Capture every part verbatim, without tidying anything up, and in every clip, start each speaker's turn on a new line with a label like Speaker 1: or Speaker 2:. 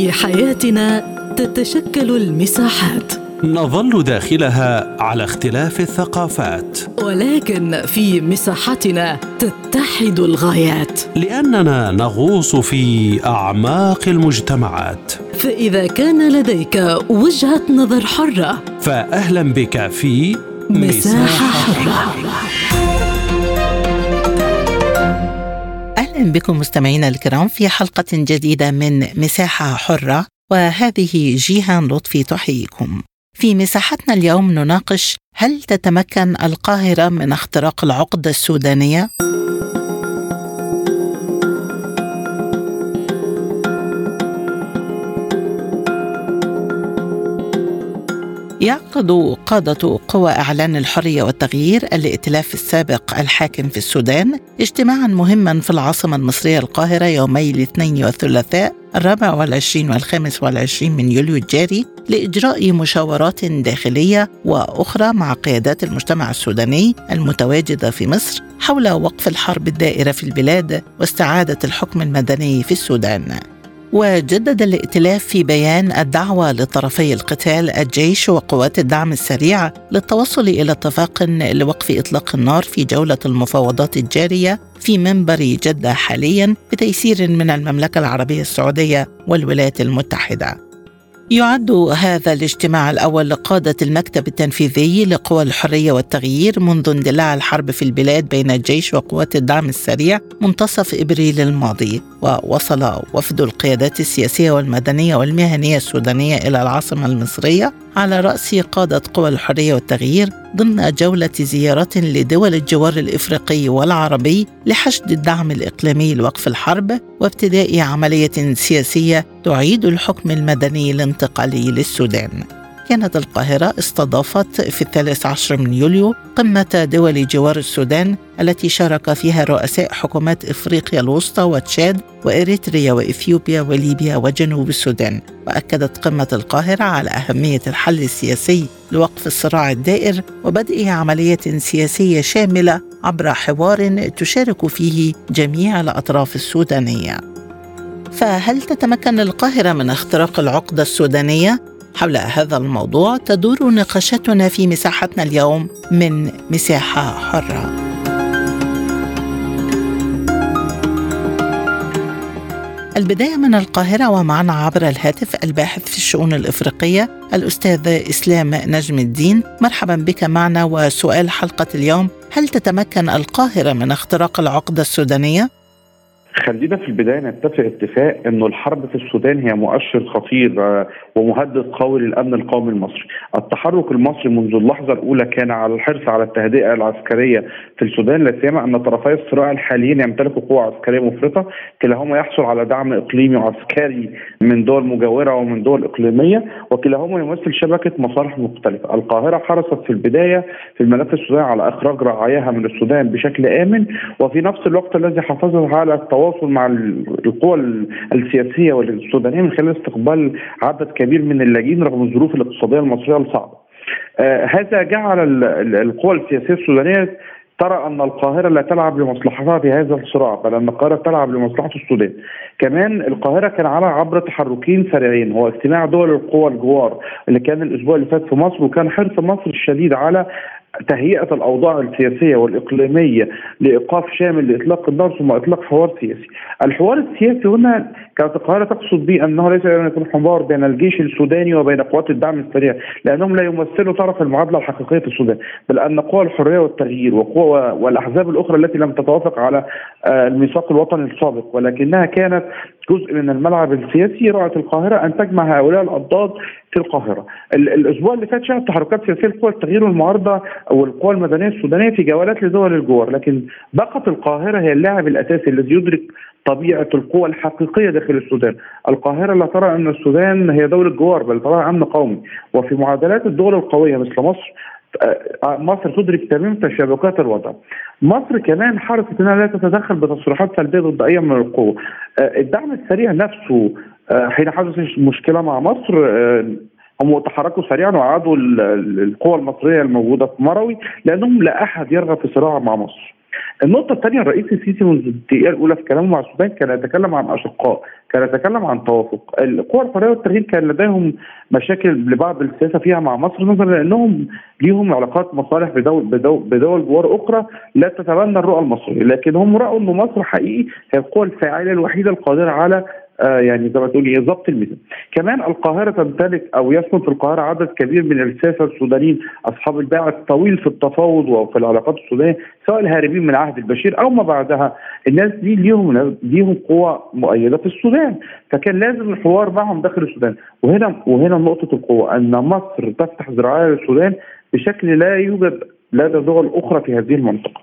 Speaker 1: في حياتنا تتشكل المساحات،
Speaker 2: نظل داخلها على اختلاف الثقافات،
Speaker 1: ولكن في مساحتنا تتحد الغايات،
Speaker 2: لأننا نغوص في أعماق المجتمعات.
Speaker 1: فإذا كان لديك وجهة نظر حرة،
Speaker 2: فأهلا بك في
Speaker 1: مساحة حرة.
Speaker 3: أهلا بكم مستمعينا الكرام في حلقة جديدة من مساحة حرة، وهذه جيهان لطفي تحييكم. في مساحتنا اليوم نناقش: هل تتمكن القاهرة من اختراق العقدة السودانية؟ يعقد قادة قوى إعلان الحرية والتغيير الائتلاف السابق الحاكم في السودان اجتماعا مهما في العاصمة المصرية القاهرة يومي الاثنين والثلاثاء الرابع والعشرين والخامس والعشرين من يوليو الجاري لإجراء مشاورات داخلية وأخرى مع قيادات المجتمع السوداني المتواجدة في مصر حول وقف الحرب الدائرة في البلاد واستعادة الحكم المدني في السودان. وجدد الائتلاف في بيان الدعوة لطرفي القتال الجيش وقوات الدعم السريع للتوصل إلى اتفاق لوقف إطلاق النار في جولة المفاوضات الجارية في منبر جدة حاليا بتيسير من المملكة العربية السعودية والولايات المتحدة. يعد هذا الاجتماع الأول لقادة المكتب التنفيذي لقوى الحرية والتغيير منذ اندلاع الحرب في البلاد بين الجيش وقوات الدعم السريع منتصف إبريل الماضي. ووصل وفد القيادات السياسية والمدنية والمهنية السودانية إلى العاصمة المصرية على رأس قادة قوى الحرية والتغيير ضمن جولة زيارات لدول الجوار الإفريقي والعربي لحشد الدعم الإقليمي لوقف الحرب وابتداء عملية سياسية تعيد الحكم المدني الانتقالي للسودان. كانت القاهرة استضافت في الثالث عشر من يوليو قمة دول جوار السودان التي شارك فيها رؤساء حكومات إفريقيا الوسطى وتشاد وإريتريا وإثيوبيا وليبيا وجنوب السودان. وأكدت قمة القاهرة على أهمية الحل السياسي لوقف الصراع الدائر وبدء عملية سياسية شاملة عبر حوار تشارك فيه جميع الأطراف السودانية. فهل تتمكن القاهرة من اختراق العقدة السودانية؟ حول هذا الموضوع تدور نقاشاتنا في مساحتنا اليوم من مساحة حرة. البداية من القاهرة، ومعنا عبر الهاتف الباحث في الشؤون الإفريقية الأستاذ إسلام نجم الدين. مرحبا بك معنا. وسؤال حلقة اليوم: هل تتمكن القاهرة من اختراق العقدة السودانية؟
Speaker 4: خلينا في البداية نتفق اتفاق أنه الحرب في السودان هي مؤشر خطير ومهدد قوي للأمن القومي المصري. التحرك المصري منذ اللحظة الأولى كان على الحرص على التهدئة العسكرية في السودان، لا سيما أن طرفي الصراع الحاليين يمتلكوا قوة عسكرية مفرطة، كلاهما يحصل على دعم إقليمي وعسكري من دول مجاورة ومن دول إقليمية، وكلاهما يمثل شبكة مصالح مختلفة. القاهرة حرصت في البداية في الملف السوداني على إخراج رعاياها من السودان بشكل آمن، وفي نفس الوقت الذي حافظت على التواصل مع القوى السياسية والسودانية من خلال استقبال عدد كبير من اللاجئين رغم الظروف الاقتصادية المصرية الصعبة. آه هذا جعل القوى السياسية السودانية ترى أن القاهرة لا تلعب لمصلحتها في هذا الصراع، بل أن القاهرة تلعب لمصلحة السودان. كمان القاهرة كان على عبر تحركين سريعين، هو اجتماع دول القوى الجوار اللي كان الأسبوع اللي فات في مصر، وكان حرص مصر الشديد على تهيئة الأوضاع السياسية والإقليمية لإيقاف شامل لإطلاق النار ثم إطلاق حوار سياسي. الحوار السياسي هنا كانت القاهرة تقصد به أنه ليس يكون حوار بين الجيش السوداني وبين قوات الدعم السريع، لأنهم لا يمثلوا طرف المعادلة الحقيقية في السودان، بل أن قوى الحرية والتغيير وقوى والأحزاب الأخرى التي لم تتوافق على الميثاق الوطني السابق ولكنها كانت جزء من الملعب السياسي، رأت القاهرة أن تجمع هؤلاء الأضداد في القاهرة. الأسبوع اللي فات شهد تحركات سياسية لقوى التغيير والمعارضة والقوى المدنية السودانية في جولات لدول الجوار، لكن بقت القاهرة هي اللاعب الأساسي الذي يدرك طبيعة القوى الحقيقية داخل السودان. القاهرة لا ترى أن السودان هي دولة جوار، بل تراها أمن قومي. وفي معادلات الدول القوية مثل مصر، مصر تدرك تمام تشابكات الوضع. مصر كمان حرصت أنها لا تتدخل بتصريحات سلبية ضد أي من القوى. الدعم السريع نفسه حين حدثت مشكلة مع مصر هم تحركوا سريعا وعادوا القوى المصرية الموجودة في مروي، لأنهم لا أحد يرغب في صراع مع مصر. النقطة الثانية، الرئيس السيسي منذ الدقيقة الأولى في كلامه مع السودان كان يتكلم عن أشقاء، كان يتكلم عن توافق. القوى الحرية والتغيير كان لديهم مشاكل لبعض السياسة فيها مع مصر، نظرا لأنهم ليهم علاقات مصالح بدول بدول, بدول جوار أخرى لا تتبنى الرؤى المصرية، لكن هم رأوا أن مصر حقيقي هي القوى الفاعلة الوحيدة القادرة على آه يعني زي ما تقول ايه ضبط الميزان. كمان القاهره تمتلك او يسكن في القاهره عدد كبير من الساسه السودانيين اصحاب الباع الطويل في التفاوض وفي العلاقات السودانيه، سواء الهاربين من عهد البشير او ما بعدها. الناس دي ليهم ليهم قوه مؤيده في السودان، فكان لازم الحوار معهم داخل السودان. وهنا وهنا نقطه القوه، ان مصر تفتح ذراعها للسودان بشكل لا يوجد لدى دول اخرى في هذه المنطقه.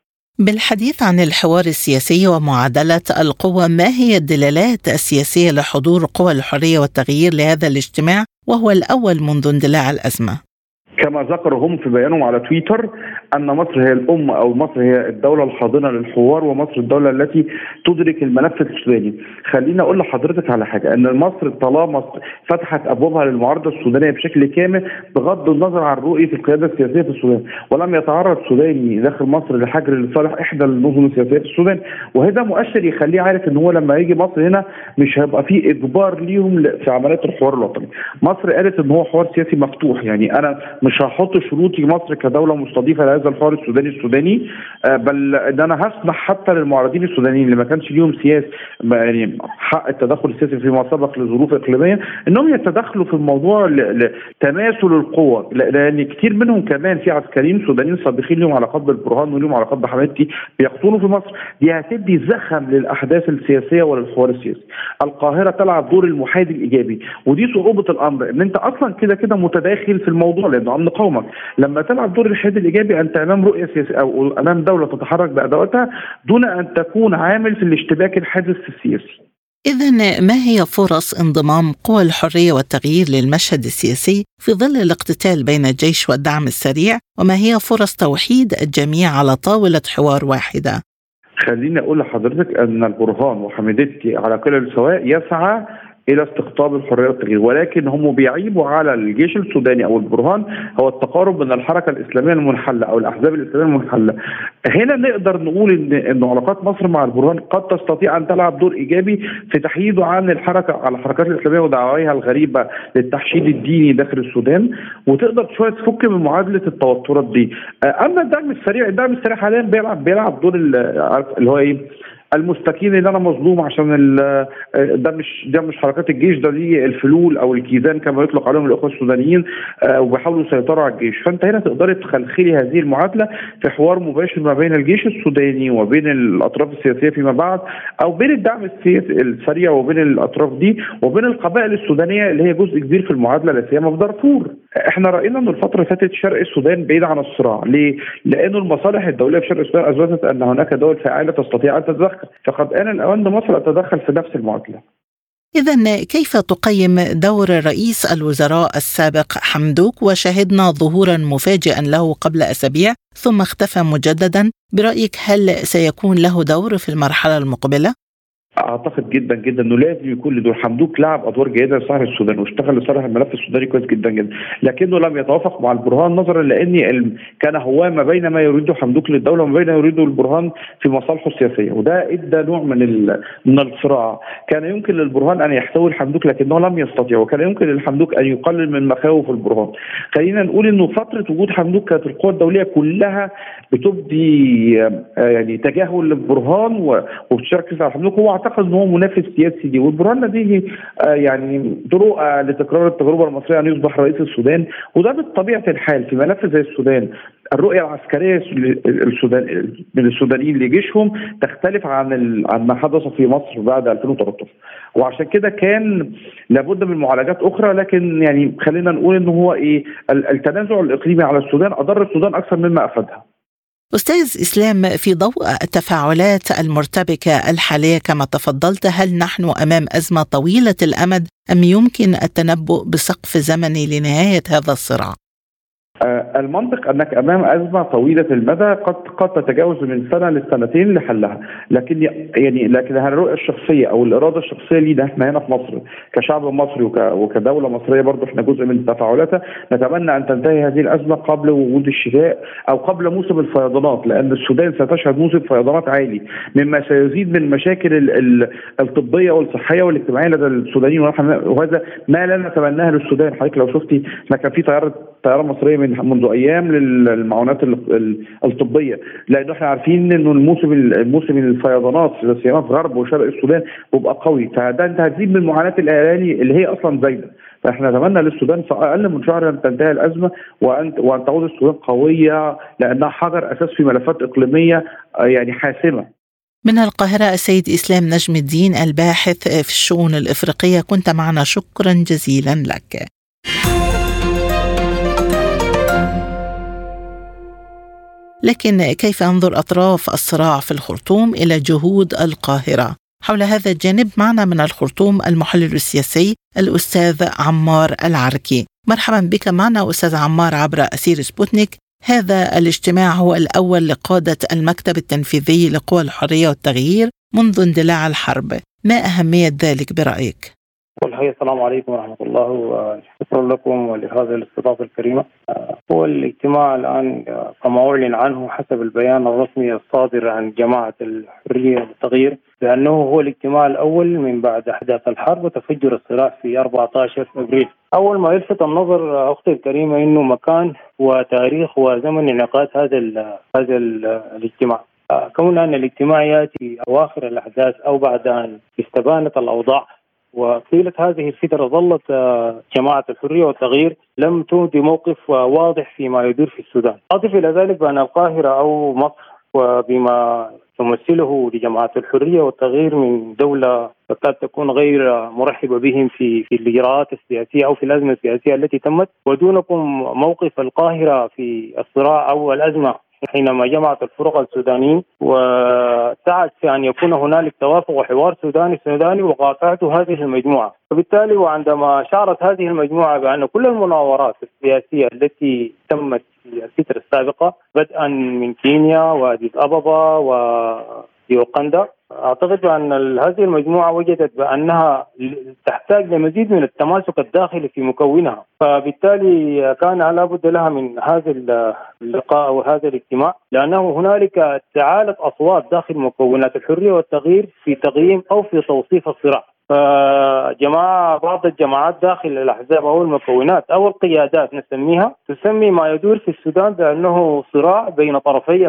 Speaker 3: بالحديث عن الحوار السياسي ومعادلة القوى، ما هي الدلالات السياسية لحضور قوى الحرية والتغيير لهذا الاجتماع وهو الأول منذ اندلاع الأزمة؟
Speaker 4: كما ذكروا هم في بيانهم على تويتر أن مصر هي الأم أو مصر هي الدولة الحاضنة للحوار، ومصر الدولة التي تدرك الملف السوداني. خليني أقول لحضرتك على حاجة، أن مصر طالما فتحت أبوابها للمعارضة السودانية بشكل كامل بغض النظر عن رؤية القيادة السياسية في السودان، ولم يتعرض سوداني داخل مصر لحجر لصالح إحدى النظم السياسية في السودان، وهذا مؤشر يخليه عارف أن هو لما يجي مصر هنا مش هيبقى فيه إجبار ليهم في عمليات الحوار الوطني. مصر قالت أن هو حوار سياسي مفتوح، يعني أنا مش هحط شروطي مصر كدوله مستضيفه لهذا الحوار السوداني السوداني بل ان انا هسمح حتى للمعارضين السودانيين اللي ما كانش ليهم سياسه يعني حق التدخل السياسي فيما سبق لظروف اقليميه انهم يتدخلوا في الموضوع لتماثل القوى، لان كتير منهم كمان في عسكريين سودانيين سابقين لهم علاقات بالبرهان ولهم علاقات بحمادتي بيقطنوا في مصر. دي هتدي زخم للاحداث السياسيه وللحوار السياسي. القاهره تلعب دور المحايد الايجابي، ودي صعوبه الامر، ان انت اصلا كده كده متداخل في الموضوع لانه امن قومك. لما تلعب دور الحياد الايجابي انت امام رؤيه سياسيه او امام دوله تتحرك بادواتها دون ان تكون عامل في الاشتباك الحادث السياسي.
Speaker 3: إذن ما هي فرص انضمام قوى الحرية والتغيير للمشهد السياسي في ظل الاقتتال بين الجيش والدعم السريع، وما هي فرص توحيد الجميع على طاولة حوار واحدة؟
Speaker 4: خليني أقول لحضرتك أن البرهان وحميدتي على كلا السواء يسعى إلى استقطاب الحرية والتغيير، ولكن هم بيعيبوا على الجيش السوداني أو البرهان هو التقارب من الحركة الإسلامية المنحلة أو الأحزاب الإسلامية المنحلة. هنا نقدر نقول إن إن علاقات مصر مع البرهان قد تستطيع أن تلعب دور إيجابي في تحييده عن الحركة على الحركات الإسلامية ودعوائها الغريبة للتحشيد الديني داخل السودان، وتقدر شوية تفك من معادلة التوترات دي. أما الدعم السريع، الدعم السريع حاليا بيلعب بيلعب دور اللي هو إيه؟ المستكين اللي انا مظلوم عشان ده مش ده مش حركات الجيش، ده دي الفلول او الكيزان كما يطلق عليهم الاخوه السودانيين، وبيحاولوا يسيطروا على الجيش. فانت هنا تقدري تخلخلي هذه المعادله في حوار مباشر ما بين الجيش السوداني وبين الاطراف السياسيه فيما بعد، او بين الدعم السياسي السريع وبين الاطراف دي وبين القبائل السودانيه اللي هي جزء كبير في المعادله، لا سيما في دارفور. احنا راينا ان الفتره اللي فاتت شرق السودان بعيد عن الصراع، ليه؟ لانه المصالح الدوليه في شرق السودان اثبتت ان هناك دول فاعله تستطيع ان تتدخل، فقد آن الأوان لمصر أن تتدخل في نفس المعادلة.
Speaker 3: إذن كيف تقيم دور رئيس الوزراء السابق حمدوك، وشهدنا ظهورا مفاجئا له قبل أسابيع ثم اختفى مجددا؟ برأيك هل سيكون له دور في المرحلة المقبلة؟
Speaker 4: اعتقد جدا جدا انه لازم يكون له دور. حمدوك لعب ادوار جيده لصالح السودان واشتغل لصالح الملف السوداني كويس جدا جدا، لكنه لم يتوافق مع البرهان نظرا لان كان هو ما بين ما يريده حمدوك للدوله وما بين ما يريده البرهان في مصالحه السياسيه، وده ادى نوع من من الصراع. كان يمكن للبرهان ان يحتوي الحمدوك لكنه لم يستطيع، وكان يمكن للحمدوك ان يقلل من مخاوف البرهان. خلينا نقول انه فتره وجود حمدوك كانت القوى الدوليه كلها بتبدي يعني تجاهل للبرهان وبتشارك على حمدوك. هو اعتقد ان هو منافس سياسي دي، والبرهان لديه يعني طرق لتكرار التجربه المصريه ان يصبح رئيس السودان، وده بطبيعه الحال في ملف زي السودان. الرؤيه العسكريه السودان من السودانيين لجيشهم تختلف عن عن ما حدث في مصر بعد ألفين وثلاثة عشر، وعشان كده كان لابد من معالجات اخرى. لكن يعني خلينا نقول ان هو ايه التنازع الاقليمي على السودان اضر السودان اكثر مما افادها.
Speaker 3: أستاذ إسلام، في ضوء التفاعلات المرتبكة الحالية كما تفضلت، هل نحن أمام أزمة طويلة الأمد أم يمكن التنبؤ بسقف زمني لنهاية هذا الصراع؟
Speaker 4: المنطق أنك أمام أزمة طويلة المدى قد قد تتجاوز من سنة لسنتين لحلها، لكن يعني لكن الرؤية الشخصية أو الإرادة الشخصية لينا احنا هنا في مصر كشعب مصري وكدولة مصرية برضه احنا جزء من تفاعلاتها، نتمنى أن تنتهي هذه الأزمة قبل وجود الشتاء أو قبل موسم الفيضانات، لأن السودان ستشهد موسم فيضانات عالي مما سيزيد من مشاكل الطبية والصحية والاجتماعية لدى السودانيين، وهذا ما لا نتمناه للسودان. حضرتك لو شفتي احنا كان في طيارة طيارة مصرية من منذ ايام للمعونات الطبيه، لانه احنا عارفين انه الموسم الموسم الفيضانات سيما في غرب وشرق السودان بيبقى قوي، فده انت هتزيد من معاناه الاهالي اللي هي اصلا زايده. فاحنا نتمنى للسودان في اقل من شهر ان تنتهي الازمه وان وان تعود السودان قويه، لانها حجر اساس في ملفات اقليميه يعني حاسمه.
Speaker 3: من القاهره السيد اسلام نجم الدين الباحث في الشؤون الافريقيه، كنت معنا، شكرا جزيلا لك. لكن كيف ينظر أطراف الصراع في الخرطوم إلى جهود القاهرة؟ حول هذا الجانب معنا من الخرطوم المحلل السياسي الأستاذ عمار العركي. مرحبا بك معنا أستاذ عمار عبر أثير سبوتنيك. هذا الاجتماع هو الأول لقادة المكتب التنفيذي لقوى الحرية والتغيير منذ اندلاع الحرب، ما أهمية ذلك برأيك؟
Speaker 5: والحقيقة السلام عليكم ورحمة الله وشكرا لكم ولهذه الاستضافة الكريمة. هو الاجتماع الآن كما أعلن عنه حسب البيان الرسمي الصادر عن جماعة الحرية والتغيير بأنه هو الاجتماع الأول من بعد أحداث الحرب وتفجر الصراع في أربعة عشر أبريل. أول ما يلفت النظر أختي الكريمة إنه مكان وتاريخ وزمن انعقاد هذا ال هذا ال الاجتماع. كون أن الاجتماع يأتي أواخر الأحداث أو بعد أن استبانت الأوضاع، وطيلة هذه الفترة ظلت جماعة الحرية والتغيير لم تبدي موقف واضح فيما يدور في السودان. أضف إلى ذلك بأن القاهرة أو مصر وبما تمثله لجماعة الحرية والتغيير من دولة قد تكون غير مرحبة بهم في في الإجراءات السياسية أو في الأزمة السياسية التي تمت، ودونكم موقف القاهرة في الصراع أو الأزمة حينما جمعت الفرق السودانيين وسعت في أن يكون هنالك توافق وحوار سوداني سوداني وقاطعته هذه المجموعة. فبالتالي وعندما شعرت هذه المجموعة بأن كل المناورات السياسية التي تمت في الفترة السابقة بدءا من كينيا وأديس أبابا ويوغندا، أعتقد بأن هذه المجموعة وجدت بأنها تحتاج لمزيد من التماسك الداخلي في مكونها، فبالتالي كان لا بد لها من هذا اللقاء وهذا الاجتماع، لأنه هنالك تعالت أصوات داخل مكونات الحرية والتغيير في تقييم أو في توصيف الصراع. فجماعة بعض الجماعات داخل الأحزاب أو المكونات أو القيادات نسميها تسمي ما يدور في السودان بأنه صراع بين طرفي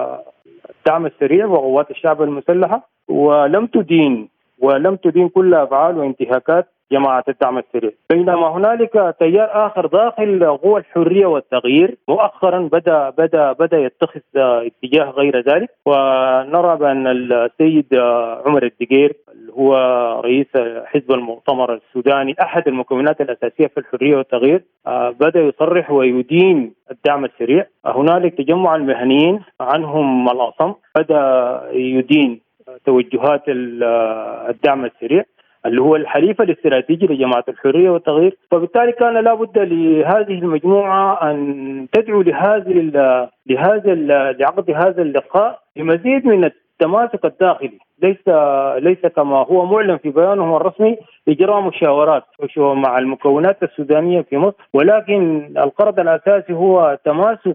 Speaker 5: الدعم السريع وقوات الشعب المسلحة، ولم تدين ولم تدين كل أفعال وانتهاكات جماعة الدعم السريع. بينما هنالك تيار آخر داخل قوى الحرية والتغيير مؤخرا بدأ بدأ بدأ يتخذ اتجاه غير ذلك، ونرى بأن السيد عمر الدقير هو رئيس حزب المؤتمر السوداني أحد المكونات الأساسية في الحرية والتغيير بدأ يصرح ويدين الدعم السريع. هنالك تجمع المهنيين عنهم الأصم بدأ يدين توجهات الدعم السريع اللي هو الحليف الاستراتيجي لجماعة الحرية والتغيير. فبالتالي كان لابد لهذه المجموعة أن تدعو لهذه لهذا لعقد هذا اللقاء لمزيد من التماسك الداخلي، ليس ليس كما هو معلن في بيانهم الرسمي إجراء مشاورات مع المكونات السودانية في مصر، ولكن القرض الأساسي هو تماسك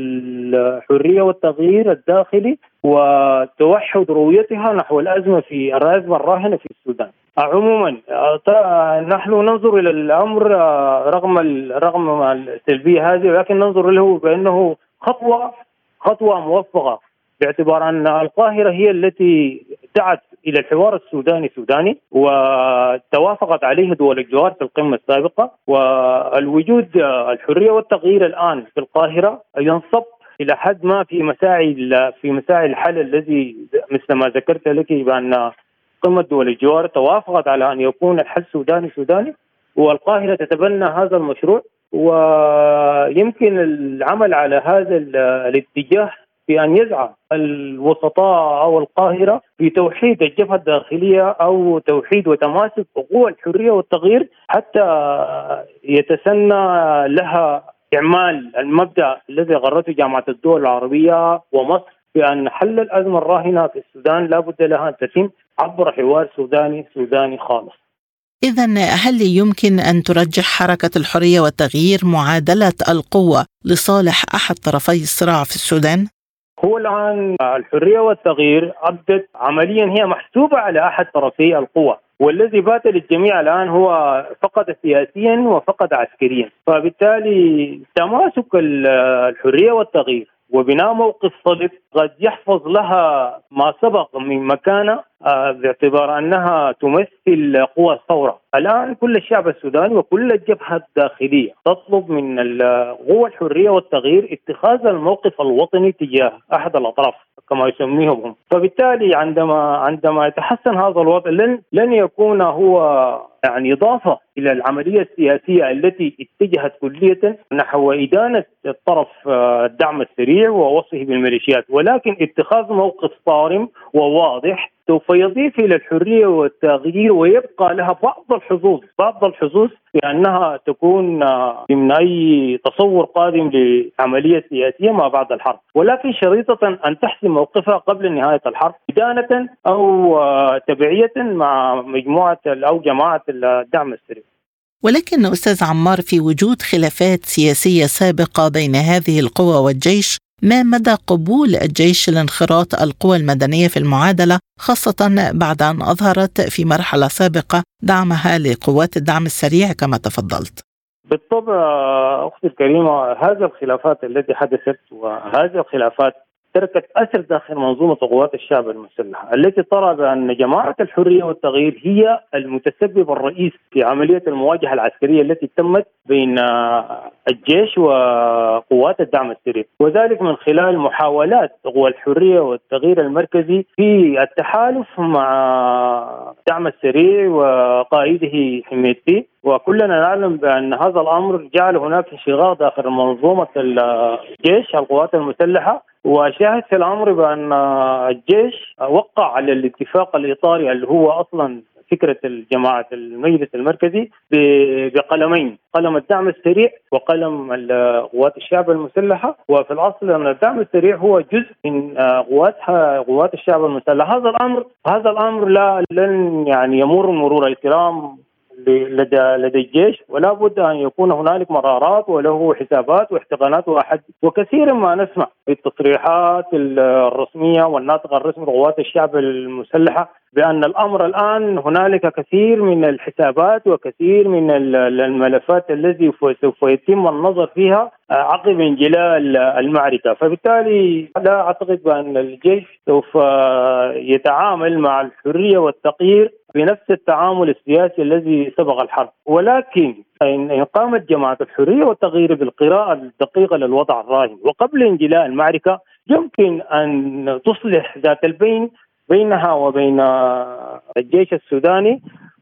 Speaker 5: الحرية والتغيير الداخلي وتوحد رؤيتها نحو الأزمة في الأزمة الراهنة في السودان. عموما نحن ننظر إلى الأمر رغم رغم السلبية هذه، ولكن ننظر له بأنه خطوة خطوة موفقة، باعتبار أن القاهرة هي التي دعت إلى الحوار السوداني سوداني وتوافقت عليه دول الجوار في القمة السابقة، والوجود الحرية والتغيير الآن في القاهرة ينصب إلى حد ما في مساعي في مساعي الحل الذي مثل ما ذكرت لك بأن قمة دول الجوار توافقت على أن يكون الحل سوداني سوداني، والقاهرة تتبنى هذا المشروع، ويمكن العمل على هذا الاتجاه في أن يسعى الوسطاء أو القاهرة في توحيد الجبهة الداخلية أو توحيد وتماسك قوى الحرية والتغيير حتى يتسنى لها إعمال المبدأ الذي غرته جامعة الدول العربية ومصر بأن حل الأزمة الراهنة في السودان لا بد لها أن تتم عبر حوار سوداني سوداني خالص.
Speaker 3: إذن هل يمكن أن ترجح حركة الحرية والتغيير معادلة القوة لصالح أحد طرفي الصراع في السودان؟
Speaker 5: هو الآن الحرية والتغيير أبدت عمليا هي محسوبة على أحد طرفي القوة، والذي بات للجميع الآن هو فقط سياسيا وفقط عسكريا. فبالتالي تماسك الحرية والتغيير وبناء موقف صلب قد يحفظ لها ما سبق من مكانة باعتبار أنها تمثل قوى الثورة. الآن كل الشعب السوداني وكل الجبهة الداخلية تطلب من قوى الحرية والتغيير اتخاذ الموقف الوطني تجاه أحد الأطراف كما يسميهم هم. فبالتالي عندما عندما يتحسن هذا الوضع لن لن يكون هو يعني إضافة إلى العملية السياسية التي اتجهت كلية نحو إدانة الطرف الدعم السريع ووصفه بالميليشيات، ولكن اتخاذ موقف صارم وواضح سوف يضيف إلى الحرية والتغيير ويبقى لها بعض الحظوظ بعض الحظوظ بأنها تكون ضمن أي تصور قادم لعملية سياسية ما بعد الحرب، ولكن شريطة أن تحسم موقفها قبل نهاية الحرب إدانة أو تبعية مع مجموعة أو جماعة الدعم السريع.
Speaker 3: ولكن أستاذ عمار، في وجود خلافات سياسية سابقة بين هذه القوى والجيش، ما مدى قبول الجيش لانخراط القوى المدنية في المعادلة، خاصة بعد أن أظهرت في مرحلة سابقة دعمها لقوات الدعم السريع كما تفضلت؟
Speaker 5: بالطبع أختي الكريمة، هذه الخلافات التي حدثت وهذه الخلافات تركت أثر داخل منظومة قوات الشعب المسلحة التي ترى بأن جماعة الحرية والتغيير هي المتسبب الرئيس في عملية المواجهة العسكرية التي تمت بين الجيش وقوات الدعم السريع، وذلك من خلال محاولات قوى الحرية والتغيير المركزي في التحالف مع الدعم السريع وقائده حميدتي. وكلنا نعلم بأن هذا الأمر جعل هناك انشغال داخل منظومة الجيش القوات المسلحة، وشاهد في الأمر بأن الجيش وقع على الاتفاق الإطاري اللي هو أصلا فكرة الجماعة المجلس المركزي بقلمين، قلم الدعم السريع وقلم قوات الشعب المسلحة. وفي الأصل أن الدعم السريع هو جزء من قواتها قوات الشعب المسلحة. هذا الأمر هذا الأمر لا لن يعني يمر مرور الكرام لدى لدى الجيش، ولا بد أن يكون هنالك مرارات وله حسابات واحتقانات وأحد. وكثيرا ما نسمع في التصريحات الرسمية والناطق الرسمي لقوات الشعب المسلحة بأن الأمر الآن هنالك كثير من الحسابات وكثير من الملفات التي سوف يتم النظر فيها عقب انجلاء المعركة. فبالتالي لا أعتقد بأن الجيش سوف يتعامل مع الحرية والتغيير بنفس التعامل السياسي الذي سبق الحرب، ولكن إن قامت جماعة الحرية والتغيير بالقراءة الدقيقة للوضع الراهن وقبل انجلاء المعركة يمكن أن تصلح ذات البين بينها وبين الجيش السوداني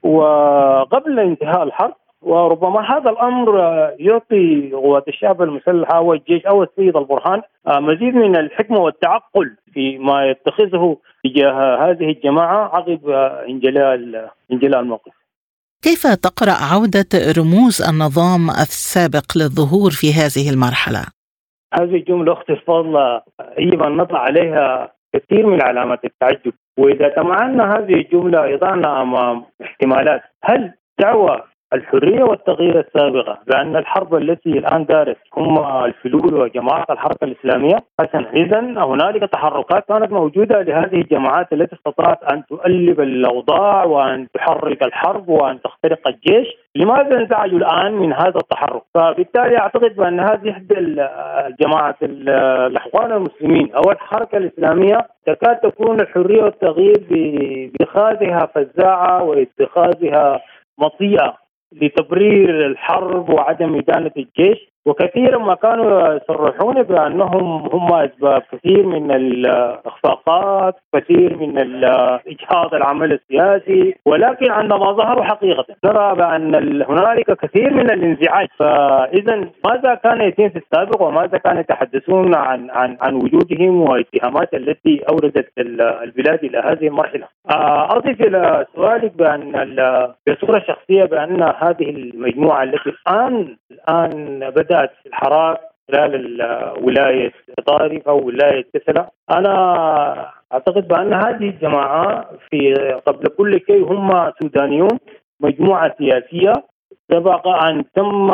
Speaker 5: وقبل انتهاء الحرب. وربما هذا الأمر يعطي قوات الشعب المسلحة والجيش أو السيد البرهان مزيد من الحكمة والتعقل في ما يتخذه تجاه هذه الجماعة عقب انجلاء انجلاء الموقف.
Speaker 3: كيف تقرأ عودة رموز النظام السابق للظهور في هذه المرحلة؟
Speaker 5: هذه الجملة أختي الفاضلة يجب أن نضع عليها كثير من علامات التعجب، وإذا تمعنا هذه الجملة يضعنا أمام احتمالات. هل دعوة الحرية والتغيير السابقة بأن الحرب التي الآن دارت هم الفلول وجماعة الحركة الإسلامية؟ حسنا، إذن هنالك تحركات كانت موجودة لهذه الجماعات التي استطاعت أن تؤلب الأوضاع وأن تحرك الحرب وأن تخترق الجيش. لماذا انزعجوا الآن من هذا التحرك؟ فبالتالي أعتقد بأن هذه إحدى الجماعات الإخوان المسلمين أو الحركة الإسلامية تكاد تكون الحرية والتغيير باتخاذها فزاعة واتخاذها مطيئة لتبرير الحرب وعدم إدانة الجيش. وكثيرا ما كانوا يصرحون بأنهم هم أسباب كثير من الإخفاقات، كثير من إجهاض العمل السياسي، ولكن عندما ظهروا حقيقة نرى بأن هنالك كثير من الانزعاج. فإذا ماذا كان يتم في السابق وماذا كانوا يتحدثون عن عن عن وجودهم والاتهامات التي أوردت البلاد إلى هذه المرحلة؟ أضيف إلى سؤالك بأن بصورة شخصية بأن هذه المجموعة التي الآن الآن بدأ مأساة الحراك خلال ولاية طارق أو ولاية كسلة. أنا أعتقد بأن هذه الجماعة في قبل كل شيء هم سودانيون، مجموعة سياسية سبق أن تم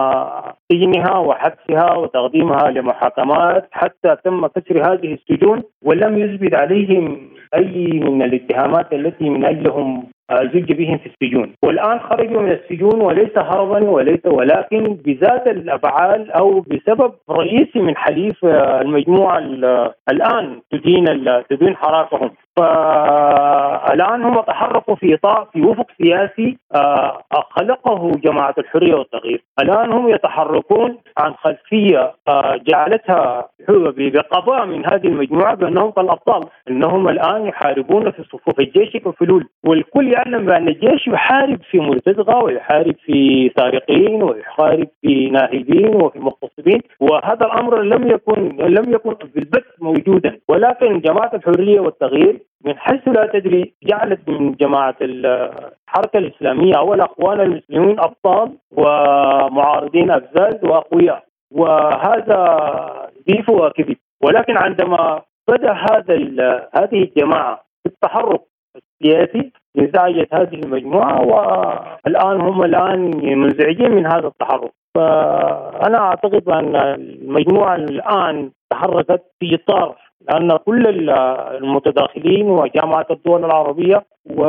Speaker 5: سجنها وحبسها وتقديمها لمحاكمات، حتى تم كسر هذه السجون ولم يثبت عليهم أي من الاتهامات التي من أجلهم زج بهم في السجون، والآن خرجوا من السجون وليس هربا وليس ولكن بذات الأفعال أو بسبب رئيسي من حليف المجموعة الآن تدين تدين حراكهم. فالآن هم تحركوا في إطار في وفق سياسي خلقه جماعة الحرية والتغيير. الآن هم يتحركون عن خلفية جعلتها بقضاء من هذه المجموعة بأنهم كالأبطال، أنهم الآن يحاربون في صفوف الجيش كفلول، والكل يعلم بأن الجيش يحارب في مرتزقة ويحارب في سارقين ويحارب في ناهبين وفي مغتصبين، وهذا الأمر لم يكن لم يكن بالبت موجودا. ولكن جماعة الحرية والتغيير من حيث لا تدري جعلت من جماعة الحركة الإسلامية أو الأخوان المسلمين أبطال ومعارضين أبزاز وأقوياء، وهذا ضيف وكذب. ولكن عندما بدأ هذا هذه الجماعة في التحرك السياسي انزعجت هذه المجموعة، والآن هم الآن منزعجين من هذا التحرك. فأنا أعتقد أن المجموعة الآن تحركت في إطار، لأن كل المتداخلين وجامعة الدول العربية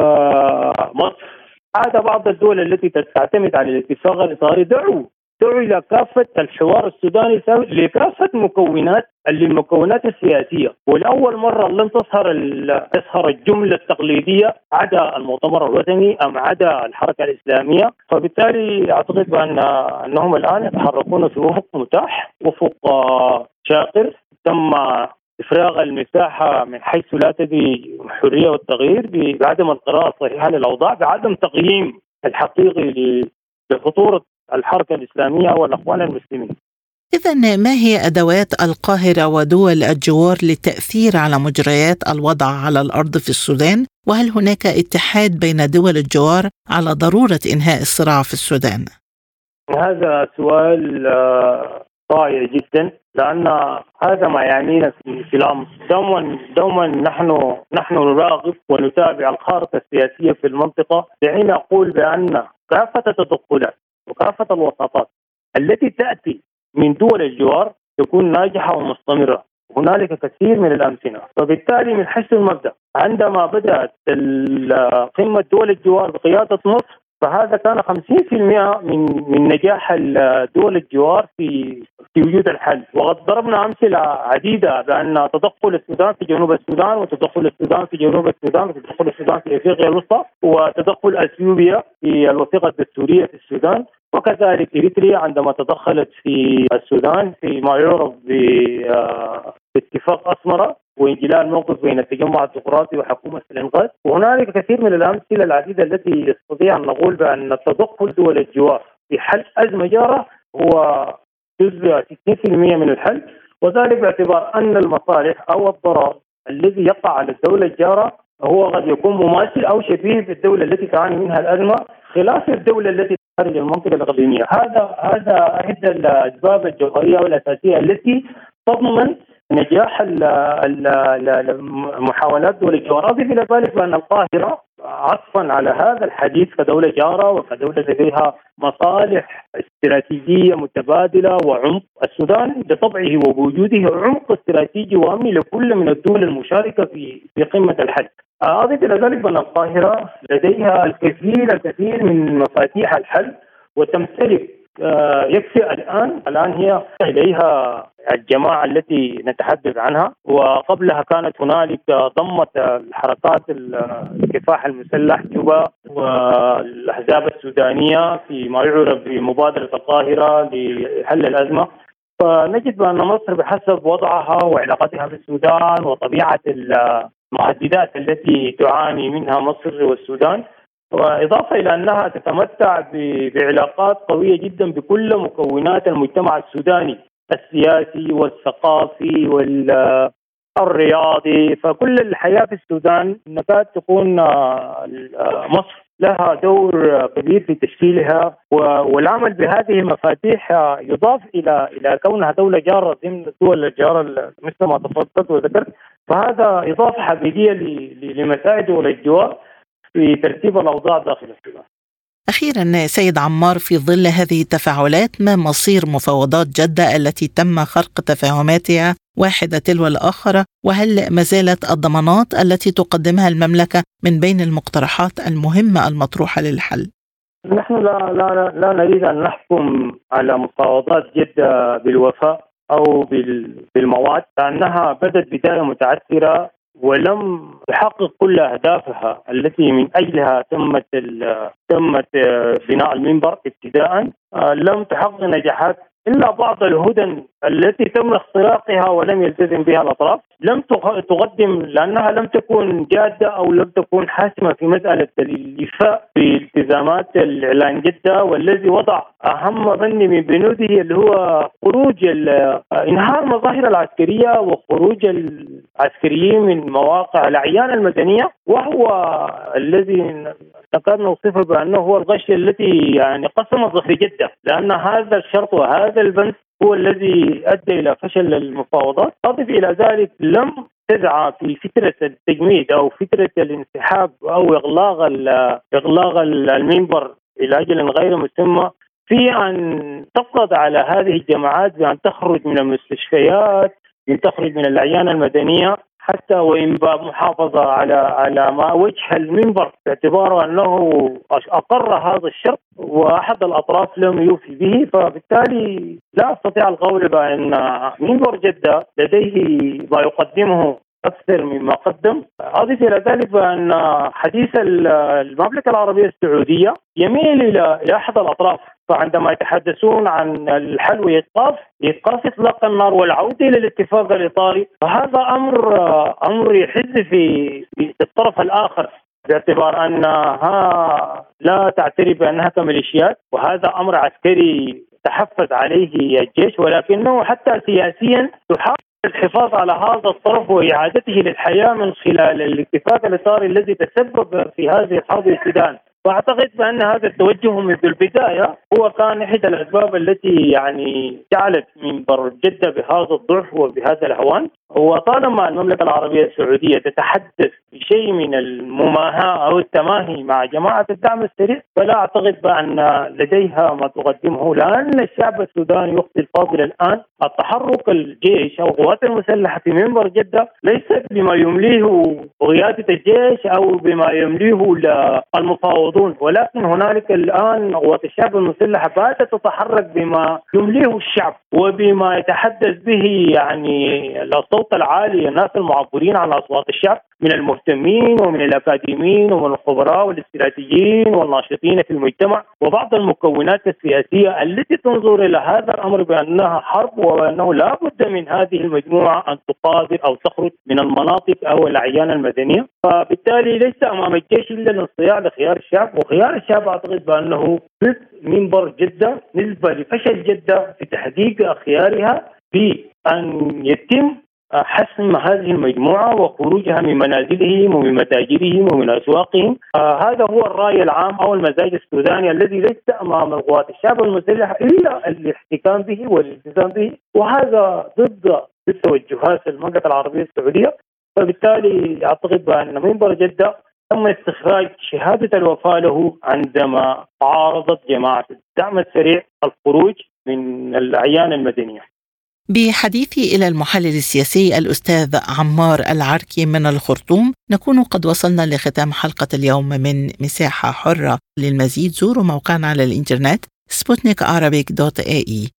Speaker 5: ومصر عاد بعض الدول التي تعتمد على الاتفاق الإطاري دعوا دعوا إلى كافة الحوار السوداني لكافة مكونات المكونات السياسية، والأول مرة لم تظهر تظهر الجملة التقليدية عدا المؤتمر الوطني أم عدا الحركة الإسلامية. فبالتالي أعتقد بأن أنهم الآن يتحركون في وفق متاح، وفق شاقر، تم إفراغ المساحة من حيث لا تدري الحرية والتغيير بعدم القراءة الصحيحة للأوضاع، بعدم تقييم الحقيقي لخطورة الحركة الإسلامية والأخوان المسلمين.
Speaker 3: إذن ما هي أدوات القاهرة ودول الجوار للتأثير على مجريات الوضع على الأرض في السودان؟ وهل هناك اتحاد بين دول الجوار على ضرورة إنهاء الصراع في السودان؟
Speaker 5: هذا سؤال رائع جدا، لأن هذا ما يعنينا في الأمر. دوما دوما نحن نحن نراقب ونتابع الخارطة السياسية في المنطقة، دعينا أقول بأن كافة التدخلات وكافة الوساطات التي تأتي من دول الجوار تكون ناجحة ومستمرة. هنالك كثير من الأمثلة. فبالتالي من حيث المبدأ عندما بدأت قمة دول الجوار بقيادة مصر، فهذا كان خمسين بالمئة من من نجاح دول الجوار في في وجود الحل. وقد ضربنا أمثلة عديدة بأن تدخل السودان في جنوب السودان، وتدخل السودان في جنوب السودان، وتدخل السودان في أفريقيا الوسطى، وتدخل أثيوبيا في الوثيقة الدستورية في السودان، وكذلك إريتريا عندما تدخلت في السودان في ما يعرف باتفاق أسمرة وانجلاء الموقف بين التجمع الديمقراطي وحكومة الإنقاذ. وهنالك كثير من الأمثلة العديدة التي يستطيع أن نقول بأن تدخل دول الجوار في حل أزمة جارة هو جزء ستين بالمئة من الحل، وذلك باعتبار أن المصالح أو الضرر الذي يقع على الدولة الجارة هو قد يكون مماثل أو شبيه بالدولة التي تعاني منها الأزمة، خلاف الدولة التي خارج المنطقة الإقليمية. هذا هذا أحد الأسباب الجوهرية والأساسية التي تضمن نجاح المحاولات دول الجوار. أضيف إلى ذلك بأن القاهرة عطفا على هذا الحديث كدولة جارة وكدولة لديها مصالح استراتيجية متبادلة وعمق، السودان بطبعه وبوجوده عمق استراتيجي وأمني لكل من الدول المشاركة في في قمة الحل. أضيف إلى ذلك بأن القاهرة لديها الكثير الكثير من مفاتيح الحل وتمتلك يكفي الآن الآن هي إليها الجماعة التي نتحدث عنها، وقبلها كانت هنالك ضمت الحركات الكفاح المسلح جوبا والأحزاب السودانية في ما يعرف بمبادرة القاهرة لحل الأزمة. فنجد بأن مصر بحسب وضعها وعلاقتها بالسودان وطبيعة المحددات التي تعاني منها مصر والسودان، وإضافة إلى أنها تتمتع بعلاقات قوية جدا بكل مكونات المجتمع السوداني السياسي والثقافي والرياضي، فكل الحياة في السودان نكاد تكون مصر لها دور كبير في تشكيلها، والعمل بهذه المفاتيح يضاف إلى إلى كونها دولة جارة ضمن الدول الجارة مثل ما تفضلت وذكرت، فهذا إضافة حقيقية لمساعي دول الجوار في ترتيب الأوضاع داخل السودان.
Speaker 3: أخيرا سيد عمار، في ظل هذه التفاعلات ما مصير مفاوضات جدة التي تم خرق تفاهماتها واحدة تلو الآخرة؟ وهل ما زالت الضمانات التي تقدمها المملكة من بين المقترحات المهمة المطروحة للحل؟
Speaker 5: نحن لا لا لا نريد أن نحكم على مفاوضات جدة بالوفاء أو بالمواد، لأنها بدت بداية متعثرة ولم تحقق كل أهدافها التي من أجلها تمت تمت بناء المنبر ابتداء. لم تحقق نجاحات إلا بعض الهدن التي تم اختراقها ولم يلتزم بها الأطراف، لم تقدم لأنها لم تكن جادة أو لم تكن حاسمة في مسألة الإيفاء بالتزامات الإعلان جدة، والذي وضع أهم بند من بنوده اللي هو خروج انهار المظاهر العسكرية وخروج العسكريين من مواقع الأعيان المدنية، وهو الذي نقدر نوصفه بأنه هو الغش التي يعني قسم ظهر جدة، لأن هذا الشرط وهذا البند هو الذي أدى إلى فشل المفاوضات. أضف إلى ذلك لم تسعى في فترة التجميد أو فترة الانسحاب أو إغلاق إغلاق المنبر إلى أجل غير مسمى في أن تفرض على هذه الجماعات بأن تخرج من المستشفيات، أن تخرج من الأعيان المدنية، حتى وإن محافظة على على ما وجه المنبر باعتباره أنه أقر هذا الشرط وأحد الأطراف لم يوفي به. فبالتالي لا أستطيع القول بأن منبر جدة لديه ما يقدمه أكثر مما قدم. أضيف إلى ذلك بأن حديث المملكة العربية السعودية يميل إلى أحد الأطراف، فعندما يتحدثون عن الحل وإيقاف إيقاف إطلاق النار والعودة إلى الاتفاق الإطاري، فهذا أمر أمر يحز في الطرف الآخر باعتبار أنها لا تعترف بأنها كميليشيات، وهذا أمر عسكري تحفز عليه الجيش، ولكنه حتى سياسيا تحاول الحفاظ على هذا الطرف وإعادته للحياة من خلال الاتفاق الإطاري الذي تسبب في هذه الحرب السودان. وأعتقد بأن هذا التوجه منذ البداية هو كان إحدى الأسباب التي يعني جعلت منبر جدة بهذا الضعف وبهذا الهوان. وطالما المملكة العربية السعودية تتحدث بشيء من المماهاة أو التماهي مع جماعة الدعم السريع، فلا أعتقد بأن لديها ما تقدمه، لأن الشعب السوداني يخطي الفاضل الآن. التحرك الجيش أو القوات المسلحة في منبر جدة ليست بما يمليه قيادة الجيش أو بما يمليه المفاوضون، ولكن هنالك الآن قوات الشعب المسلحة باتت تتحرك بما يمليه الشعب وبما يتحدث به يعني الصوت العالي، الناس المعبرين عن أصوات الشعب من المهتمين ومن الأكاديميين ومن الخبراء والاستراتيجيين والناشطين في المجتمع وبعض المكونات السياسية التي تنظر إلى هذا الأمر بأنها حرب وأنه لا بد من هذه المجموعة أن تقاتل أو تخرج من المناطق أو الأعيان المدنية. فبالتالي ليس أمام الجيش إلا الانصياع لخيار الشعب، وخيار الشعب أعتقد بأنه ضد منبر جدة نسبة لفشل جدة في تحقيق خيارها في أن يتم حسم هذه المجموعة وخروجها من منازلهم ومن متاجرهم ومن أسواقهم. آه هذا هو الرأي العام أو المزاج السوداني الذي ليس أمام القوات الشعب المسلحة إلا الاحتكام به والالتزام به، وهذا ضد توجهات المملكة العربية السعودية. فبالتالي أعتقد بأن منبر جدة تم استخراج شهادة الوفاة له عندما عارضت جماعة الدعم السريع الخروج من الأعيان المدنية.
Speaker 3: بحديثي إلى المحلل السياسي الأستاذ عمار العركي من الخرطوم، نكون قد وصلنا لختام حلقة اليوم من مساحة حرة. للمزيد زوروا موقعنا على الإنترنت سبوتنيك عربيك دوت اي اي.